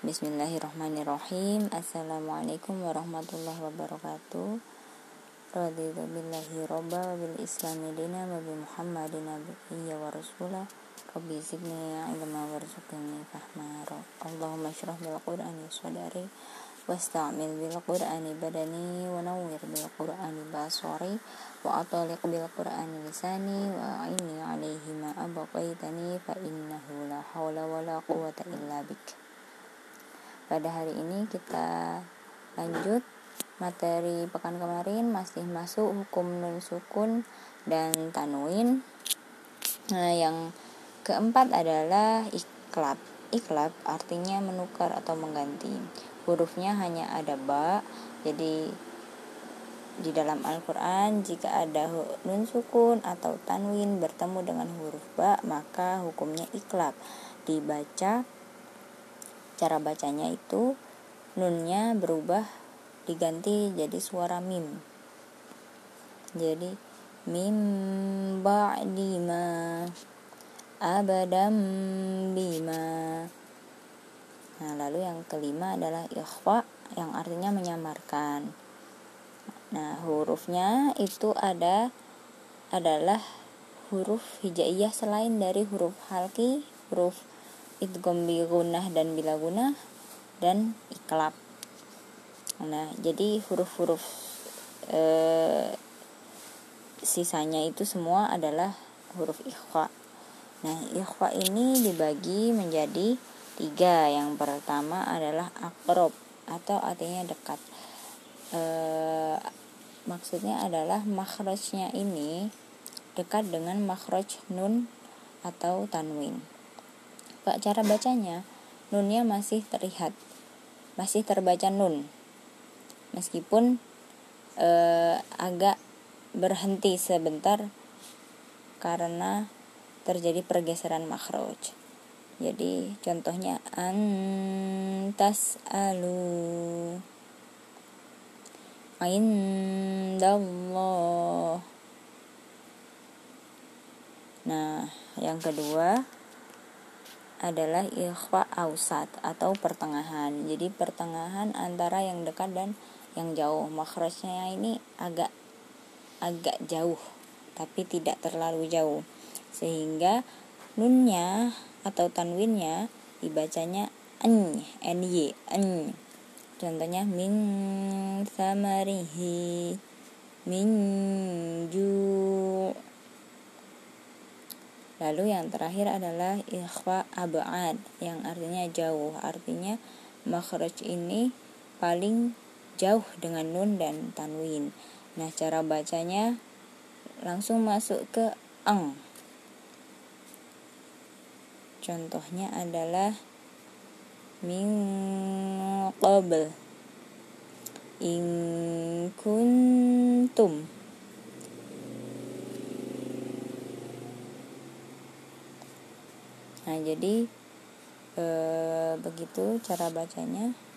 Bismillahirrahmanirrahim. Assalamualaikum warahmatullahi wabarakatuh. Raditu billahi robba wa bil islami dina wa bi muhammadin nabiyya wa rasulah. Rabbi zidni ilma warzuqni fahma. Allahumma syrah bil qur'ani sadari wasta'mil bil qur'ani badani wa nawwir bil qur'ani basari wa ataliq bil qur'ani lisani wa a'inni alaihi ma abaqaitani fa innahu la hawla wa la quwwata illa bik. Pada hari ini kita lanjut materi pekan kemarin, masih masuk hukum nun sukun dan tanwin. Nah, yang keempat adalah iklab. Iklab artinya menukar atau mengganti. Hurufnya hanya ada ba. Jadi di dalam Al-Quran jika ada nun sukun atau tanwin bertemu dengan huruf ba, maka hukumnya iklab. Cara bacanya itu nunnya berubah diganti jadi suara mim. Jadi mim ba'di ma abadam bima. Nah, lalu yang kelima adalah ikhfa yang artinya menyamarkan. Nah, hurufnya itu adalah huruf hijaiyah selain dari huruf halqi, huruf idgham bi gunnah dan bila gunnah, dan iklab. Nah, jadi huruf-huruf sisanya itu semua adalah huruf ikhfa. Nah, ikhfa ini dibagi menjadi 3. Yang pertama adalah aqrab atau artinya dekat. Maksudnya adalah makhrajnya ini dekat dengan makhraj nun atau tanwin. Cara bacanya, nunnya masih terlihat, masih terbaca nun, meskipun agak berhenti sebentar karena terjadi pergeseran makhraj. Jadi contohnya antas alu indallah. Nah, yang kedua adalah ikhfa ausat atau pertengahan. Jadi pertengahan antara yang dekat dan yang jauh. Makhrajnya ini agak jauh tapi tidak terlalu jauh, sehingga nunnya atau tanwinnya dibacanya ny. Contohnya min samarihi, min ju'. Lalu yang terakhir adalah ikhfa ab'ad yang artinya jauh. Artinya makhraj ini paling jauh dengan nun dan tanwin. Nah, cara bacanya langsung masuk ke ang. Contohnya adalah min qabl, in kuntum. Nah, jadi begitu cara bacanya.